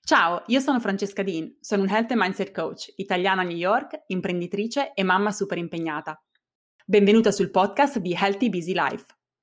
Ciao, io sono Francesca Dean, sono un Health and Mindset Coach, italiana a New York, imprenditrice e mamma super impegnata. Benvenuta sul podcast di Healthy Busy Life.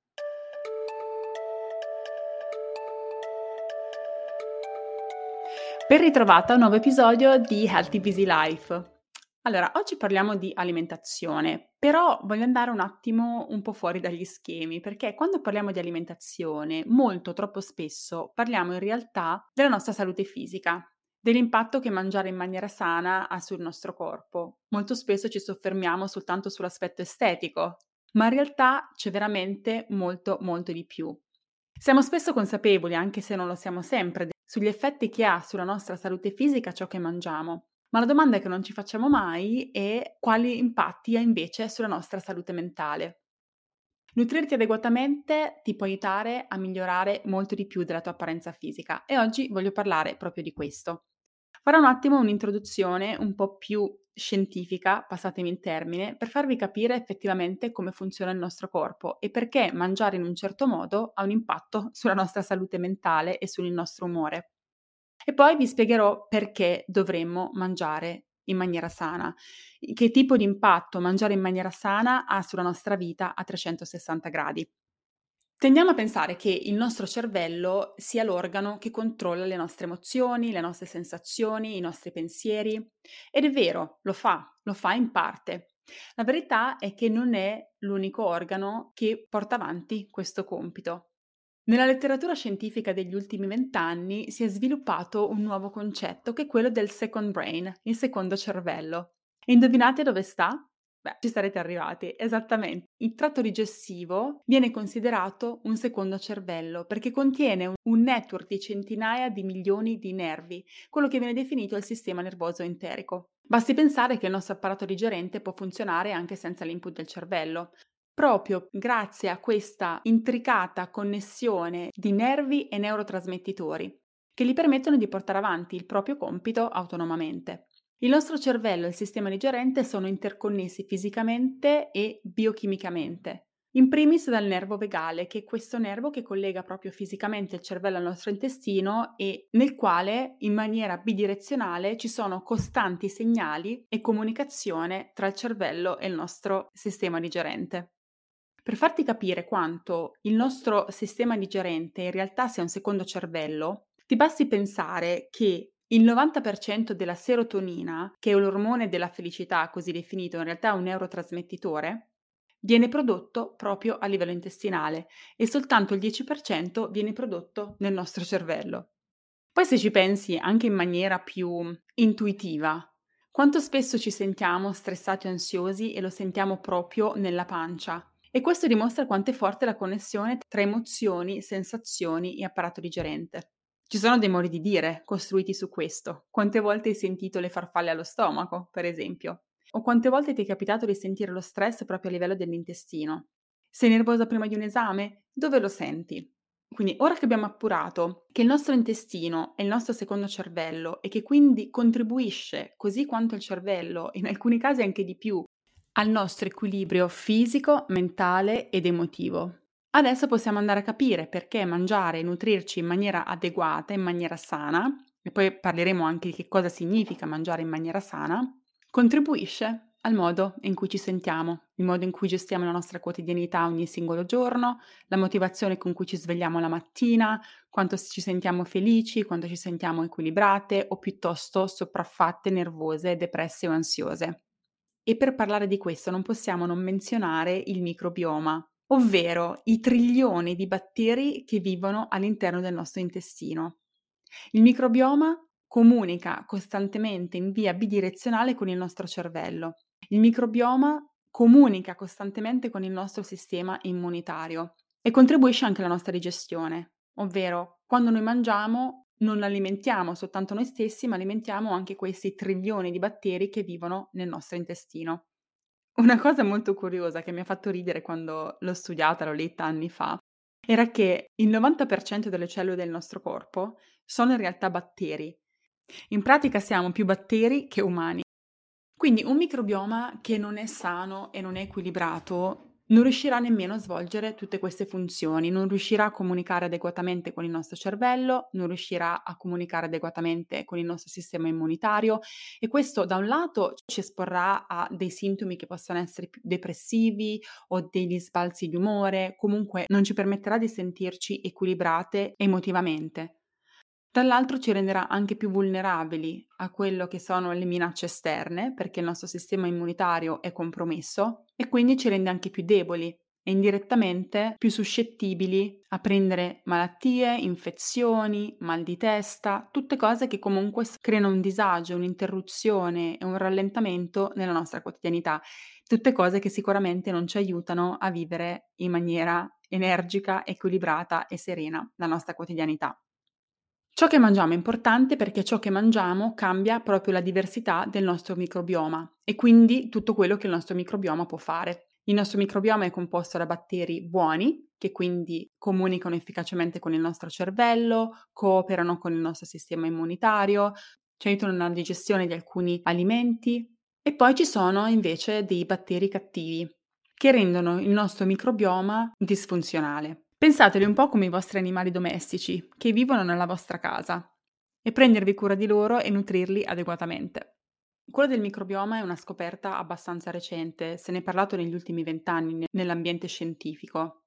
Ben ritrovata a un nuovo episodio di Healthy Busy Life. Allora, oggi parliamo di alimentazione, però voglio andare un attimo un po' fuori dagli schemi, perché quando parliamo di alimentazione, molto troppo spesso parliamo in realtà della nostra salute fisica, dell'impatto che mangiare in maniera sana ha sul nostro corpo. Molto spesso ci soffermiamo soltanto sull'aspetto estetico, ma in realtà c'è veramente molto, molto di più. Siamo spesso consapevoli, anche se non lo siamo sempre, sugli effetti che ha sulla nostra salute fisica ciò che mangiamo, ma la domanda che non ci facciamo mai è quali impatti ha invece sulla nostra salute mentale. Nutrirti adeguatamente ti può aiutare a migliorare molto di più della tua apparenza fisica e oggi voglio parlare proprio di questo. Farò un attimo un'introduzione un po' più scientifica, passatemi il termine, per farvi capire effettivamente come funziona il nostro corpo e perché mangiare in un certo modo ha un impatto sulla nostra salute mentale e sul nostro umore. E poi vi spiegherò perché dovremmo mangiare in maniera sana, che tipo di impatto mangiare in maniera sana ha sulla nostra vita a 360 gradi. Tendiamo a pensare che il nostro cervello sia l'organo che controlla le nostre emozioni, le nostre sensazioni, i nostri pensieri. Ed è vero, lo fa in parte. La verità è che non è l'unico organo che porta avanti questo compito. Nella letteratura scientifica degli ultimi 20 anni si è sviluppato un nuovo concetto che è quello del second brain, il secondo cervello. E indovinate dove sta? Beh, ci sarete arrivati, esattamente. Il tratto digestivo viene considerato un secondo cervello perché contiene un network di centinaia di milioni di nervi, quello che viene definito il sistema nervoso enterico. Basti pensare che il nostro apparato digerente può funzionare anche senza l'input del cervello, proprio grazie a questa intricata connessione di nervi e neurotrasmettitori che gli permettono di portare avanti il proprio compito autonomamente. Il nostro cervello e il sistema digerente sono interconnessi fisicamente e biochimicamente. In primis dal nervo vagale, che è questo nervo che collega proprio fisicamente il cervello al nostro intestino e nel quale in maniera bidirezionale ci sono costanti segnali e comunicazione tra il cervello e il nostro sistema digerente. Per farti capire quanto il nostro sistema digerente in realtà sia un secondo cervello, ti basti pensare che il 90% della serotonina, che è l'ormone della felicità così definito, in realtà è un neurotrasmettitore, viene prodotto proprio a livello intestinale e soltanto il 10% viene prodotto nel nostro cervello. Poi se ci pensi anche in maniera più intuitiva, quanto spesso ci sentiamo stressati o ansiosi e lo sentiamo proprio nella pancia? E questo dimostra quanto è forte la connessione tra emozioni, sensazioni e apparato digerente. Ci sono dei modi di dire costruiti su questo. Quante volte hai sentito le farfalle allo stomaco, per esempio? O quante volte ti è capitato di sentire lo stress proprio a livello dell'intestino? Sei nervosa prima di un esame? Dove lo senti? Quindi ora che abbiamo appurato che il nostro intestino è il nostro secondo cervello e che quindi contribuisce, così quanto il cervello, in alcuni casi anche di più, al nostro equilibrio fisico, mentale ed emotivo. Adesso possiamo andare a capire perché mangiare e nutrirci in maniera adeguata, in maniera sana, e poi parleremo anche di che cosa significa mangiare in maniera sana, contribuisce al modo in cui ci sentiamo, il modo in cui gestiamo la nostra quotidianità ogni singolo giorno, la motivazione con cui ci svegliamo la mattina, quanto ci sentiamo felici, quanto ci sentiamo equilibrate o piuttosto sopraffatte, nervose, depresse o ansiose. E per parlare di questo non possiamo non menzionare il microbioma, ovvero i trilioni di batteri che vivono all'interno del nostro intestino. Il microbioma comunica costantemente in via bidirezionale con il nostro cervello. Il microbioma comunica costantemente con il nostro sistema immunitario e contribuisce anche alla nostra digestione, ovvero quando noi mangiamo non alimentiamo soltanto noi stessi, ma alimentiamo anche questi trilioni di batteri che vivono nel nostro intestino. Una cosa molto curiosa che mi ha fatto ridere quando l'ho studiata, l'ho letta anni fa, era che il 90% delle cellule del nostro corpo sono in realtà batteri. In pratica siamo più batteri che umani. Quindi un microbioma che non è sano e non è equilibrato non riuscirà nemmeno a svolgere tutte queste funzioni, non riuscirà a comunicare adeguatamente con il nostro cervello, non riuscirà a comunicare adeguatamente con il nostro sistema immunitario e questo da un lato ci esporrà a dei sintomi che possono essere più depressivi o degli sbalzi di umore, comunque non ci permetterà di sentirci equilibrate emotivamente. Dall'altro ci renderà anche più vulnerabili a quello che sono le minacce esterne, perché il nostro sistema immunitario è compromesso e quindi ci rende anche più deboli e indirettamente più suscettibili a prendere malattie, infezioni, mal di testa, tutte cose che comunque creano un disagio, un'interruzione e un rallentamento nella nostra quotidianità, tutte cose che sicuramente non ci aiutano a vivere in maniera energica, equilibrata e serena la nostra quotidianità. Ciò che mangiamo è importante perché ciò che mangiamo cambia proprio la diversità del nostro microbioma e quindi tutto quello che il nostro microbioma può fare. Il nostro microbioma è composto da batteri buoni, che quindi comunicano efficacemente con il nostro cervello, cooperano con il nostro sistema immunitario, ci aiutano nella digestione di alcuni alimenti e poi ci sono invece dei batteri cattivi che rendono il nostro microbioma disfunzionale. Pensateli un po' come i vostri animali domestici che vivono nella vostra casa e prendervi cura di loro e nutrirli adeguatamente. Quello del microbioma è una scoperta abbastanza recente, se ne è parlato negli ultimi 20 anni nell'ambiente scientifico,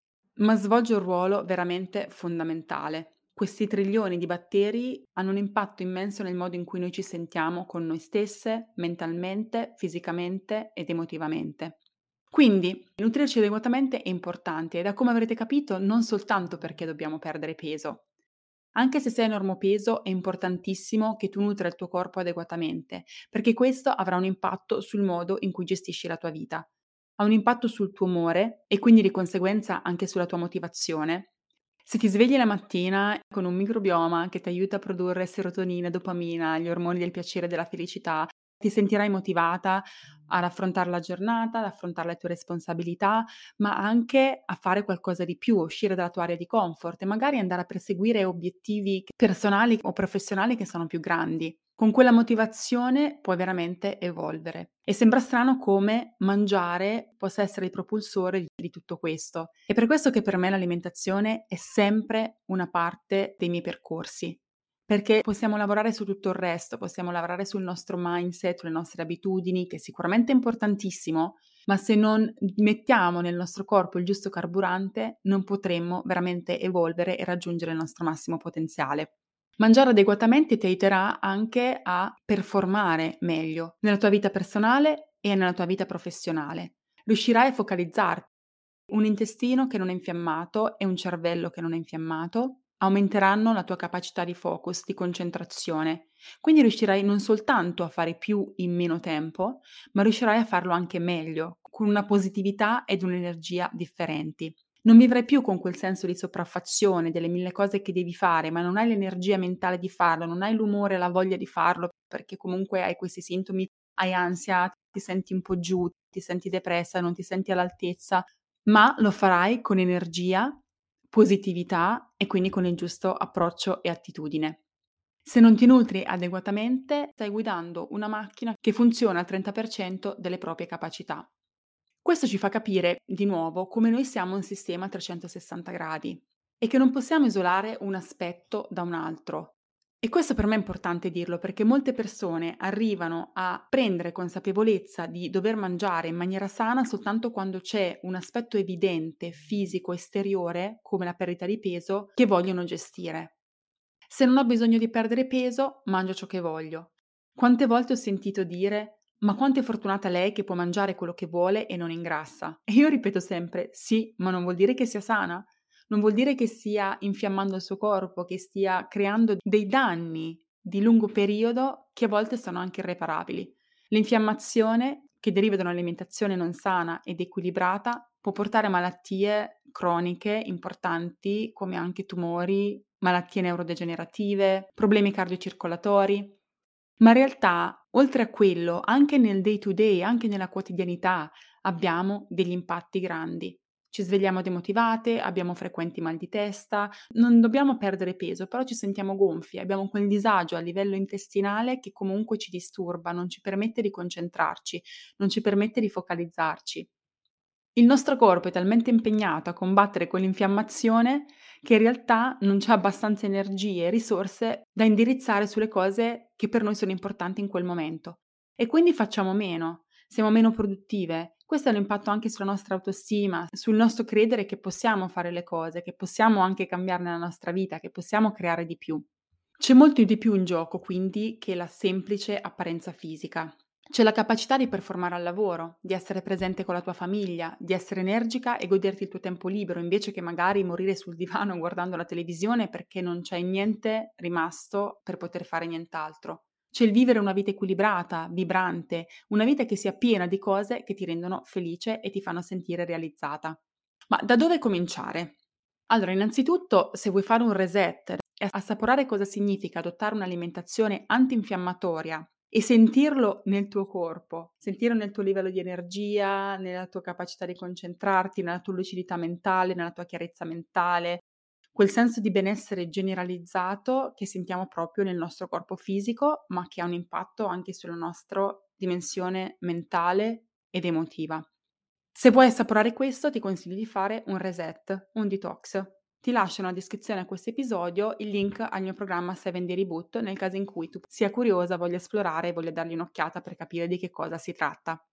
ma svolge un ruolo veramente fondamentale. Questi trilioni di batteri hanno un impatto immenso nel modo in cui noi ci sentiamo con noi stesse, mentalmente, fisicamente ed emotivamente. Quindi nutrirci adeguatamente è importante e da come avrete capito non soltanto perché dobbiamo perdere peso. Anche se sei a normopeso è importantissimo che tu nutra il tuo corpo adeguatamente, perché questo avrà un impatto sul modo in cui gestisci la tua vita. Ha un impatto sul tuo umore e quindi di conseguenza anche sulla tua motivazione. Se ti svegli la mattina con un microbioma che ti aiuta a produrre serotonina, dopamina, gli ormoni del piacere e della felicità, ti sentirai motivata ad affrontare la giornata, ad affrontare le tue responsabilità, ma anche a fare qualcosa di più, uscire dalla tua area di comfort e magari andare a perseguire obiettivi personali o professionali che sono più grandi. Con quella motivazione puoi veramente evolvere. E sembra strano come mangiare possa essere il propulsore di tutto questo. È per questo che per me l'alimentazione è sempre una parte dei miei percorsi. Perché possiamo lavorare su tutto il resto, possiamo lavorare sul nostro mindset, sulle nostre abitudini, che sicuramente è importantissimo, ma se non mettiamo nel nostro corpo il giusto carburante, non potremmo veramente evolvere e raggiungere il nostro massimo potenziale. Mangiare adeguatamente ti aiuterà anche a performare meglio nella tua vita personale e nella tua vita professionale. Riuscirai a focalizzarti. Un intestino che non è infiammato e un cervello che non è infiammato aumenteranno la tua capacità di focus, di concentrazione. Quindi riuscirai non soltanto a fare più in meno tempo, ma riuscirai a farlo anche meglio, con una positività ed un'energia differenti. Non vivrai più con quel senso di sopraffazione, delle mille cose che devi fare, ma non hai l'energia mentale di farlo, non hai l'umore, la voglia di farlo, perché comunque hai questi sintomi, hai ansia, ti senti un po' giù, ti senti depressa, non ti senti all'altezza, ma lo farai con energia, positività e quindi con il giusto approccio e attitudine. Se non ti nutri adeguatamente, stai guidando una macchina che funziona al 30% delle proprie capacità. Questo ci fa capire, di nuovo, come noi siamo un sistema a 360 gradi e che non possiamo isolare un aspetto da un altro. E questo per me è importante dirlo perché molte persone arrivano a prendere consapevolezza di dover mangiare in maniera sana soltanto quando c'è un aspetto evidente, fisico, esteriore, come la perdita di peso, che vogliono gestire. Se non ho bisogno di perdere peso, mangio ciò che voglio. Quante volte ho sentito dire: "Ma quanto è fortunata lei che può mangiare quello che vuole e non ingrassa". E io ripeto sempre: "Sì, ma non vuol dire che sia sana. Non vuol dire che stia infiammando il suo corpo, che stia creando dei danni di lungo periodo che a volte sono anche irreparabili". L'infiammazione, che deriva da un'alimentazione non sana ed equilibrata, può portare a malattie croniche importanti come anche tumori, malattie neurodegenerative, problemi cardiocircolatori. Ma in realtà, oltre a quello, anche nel day to day, anche nella quotidianità, abbiamo degli impatti grandi. Ci svegliamo demotivate, abbiamo frequenti mal di testa, non dobbiamo perdere peso, però ci sentiamo gonfi, abbiamo quel disagio a livello intestinale che comunque ci disturba, non ci permette di concentrarci, non ci permette di focalizzarci. Il nostro corpo è talmente impegnato a combattere con l'infiammazione che in realtà non c'è abbastanza energie e risorse da indirizzare sulle cose che per noi sono importanti in quel momento. E quindi facciamo meno, siamo meno produttive. Questo ha un impatto anche sulla nostra autostima, sul nostro credere che possiamo fare le cose, che possiamo anche cambiare la nostra vita, che possiamo creare di più. C'è molto di più in gioco, quindi, che la semplice apparenza fisica. C'è la capacità di performare al lavoro, di essere presente con la tua famiglia, di essere energica e goderti il tuo tempo libero, invece che magari morire sul divano guardando la televisione perché non c'è niente rimasto per poter fare nient'altro. C'è il vivere una vita equilibrata, vibrante, una vita che sia piena di cose che ti rendono felice e ti fanno sentire realizzata. Ma da dove cominciare? Allora, innanzitutto, se vuoi fare un reset e assaporare cosa significa adottare un'alimentazione antinfiammatoria e sentirlo nel tuo corpo, sentirlo nel tuo livello di energia, nella tua capacità di concentrarti, nella tua lucidità mentale, nella tua chiarezza mentale, quel senso di benessere generalizzato che sentiamo proprio nel nostro corpo fisico, ma che ha un impatto anche sulla nostra dimensione mentale ed emotiva. Se vuoi assaporare questo, ti consiglio di fare un reset, un detox. Ti lascio nella descrizione a questo episodio il link al mio programma 7 Day Reboot nel caso in cui tu sia curiosa, voglia esplorare e voglia dargli un'occhiata per capire di che cosa si tratta.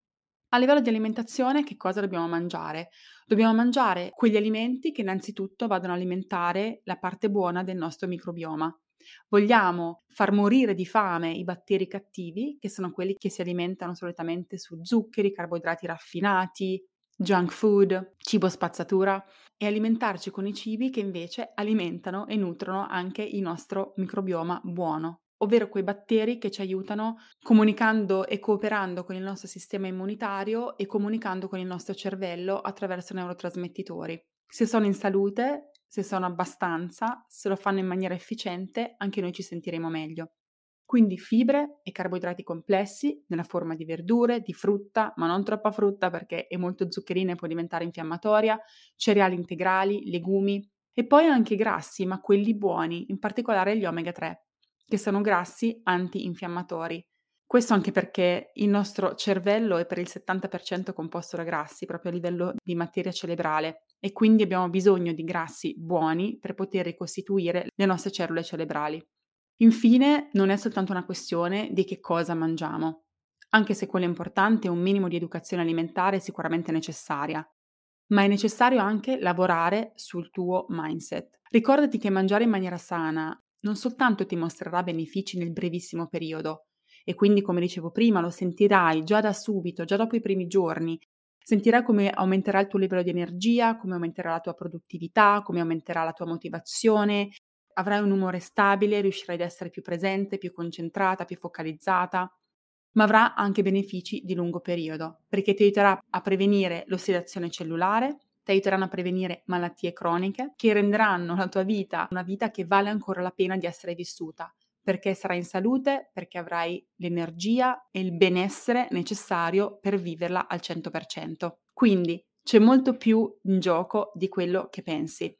A livello di alimentazione, che cosa dobbiamo mangiare? Dobbiamo mangiare quegli alimenti che innanzitutto vadano a alimentare la parte buona del nostro microbioma. Vogliamo far morire di fame i batteri cattivi, che sono quelli che si alimentano solitamente su zuccheri, carboidrati raffinati, junk food, cibo spazzatura, e alimentarci con i cibi che invece alimentano e nutrono anche il nostro microbioma buono, ovvero quei batteri che ci aiutano comunicando e cooperando con il nostro sistema immunitario e comunicando con il nostro cervello attraverso neurotrasmettitori. Se sono in salute, se sono abbastanza, se lo fanno in maniera efficiente, anche noi ci sentiremo meglio. Quindi fibre e carboidrati complessi nella forma di verdure, di frutta, ma non troppa frutta perché è molto zuccherina e può diventare infiammatoria, cereali integrali, legumi e poi anche grassi, ma quelli buoni, in particolare gli omega 3, che sono grassi antinfiammatori. Questo anche perché il nostro cervello è per il 70% composto da grassi, proprio a livello di materia cerebrale, e quindi abbiamo bisogno di grassi buoni per poter ricostituire le nostre cellule cerebrali. Infine, non è soltanto una questione di che cosa mangiamo. Anche se quello è importante, un minimo di educazione alimentare è sicuramente necessaria, ma è necessario anche lavorare sul tuo mindset. Ricordati che mangiare in maniera sana non soltanto ti mostrerà benefici nel brevissimo periodo, e quindi, come dicevo prima, lo sentirai già da subito, già dopo i primi giorni. Sentirai come aumenterà il tuo livello di energia, come aumenterà la tua produttività, come aumenterà la tua motivazione, avrai un umore stabile, riuscirai ad essere più presente, più concentrata, più focalizzata, ma avrà anche benefici di lungo periodo, perché ti aiuterà a prevenire l'ossidazione cellulare, ti aiuteranno a prevenire malattie croniche che renderanno la tua vita una vita che vale ancora la pena di essere vissuta, perché sarai in salute, perché avrai l'energia e il benessere necessario per viverla al 100%. Quindi c'è molto più in gioco di quello che pensi.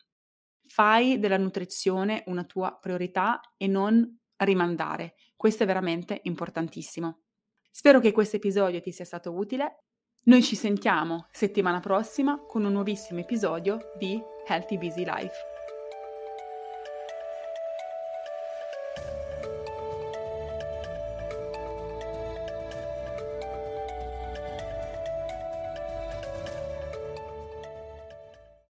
Fai della nutrizione una tua priorità e non rimandare. Questo è veramente importantissimo. Spero che questo episodio ti sia stato utile. Noi ci sentiamo settimana prossima con un nuovissimo episodio di Healthy Busy Life.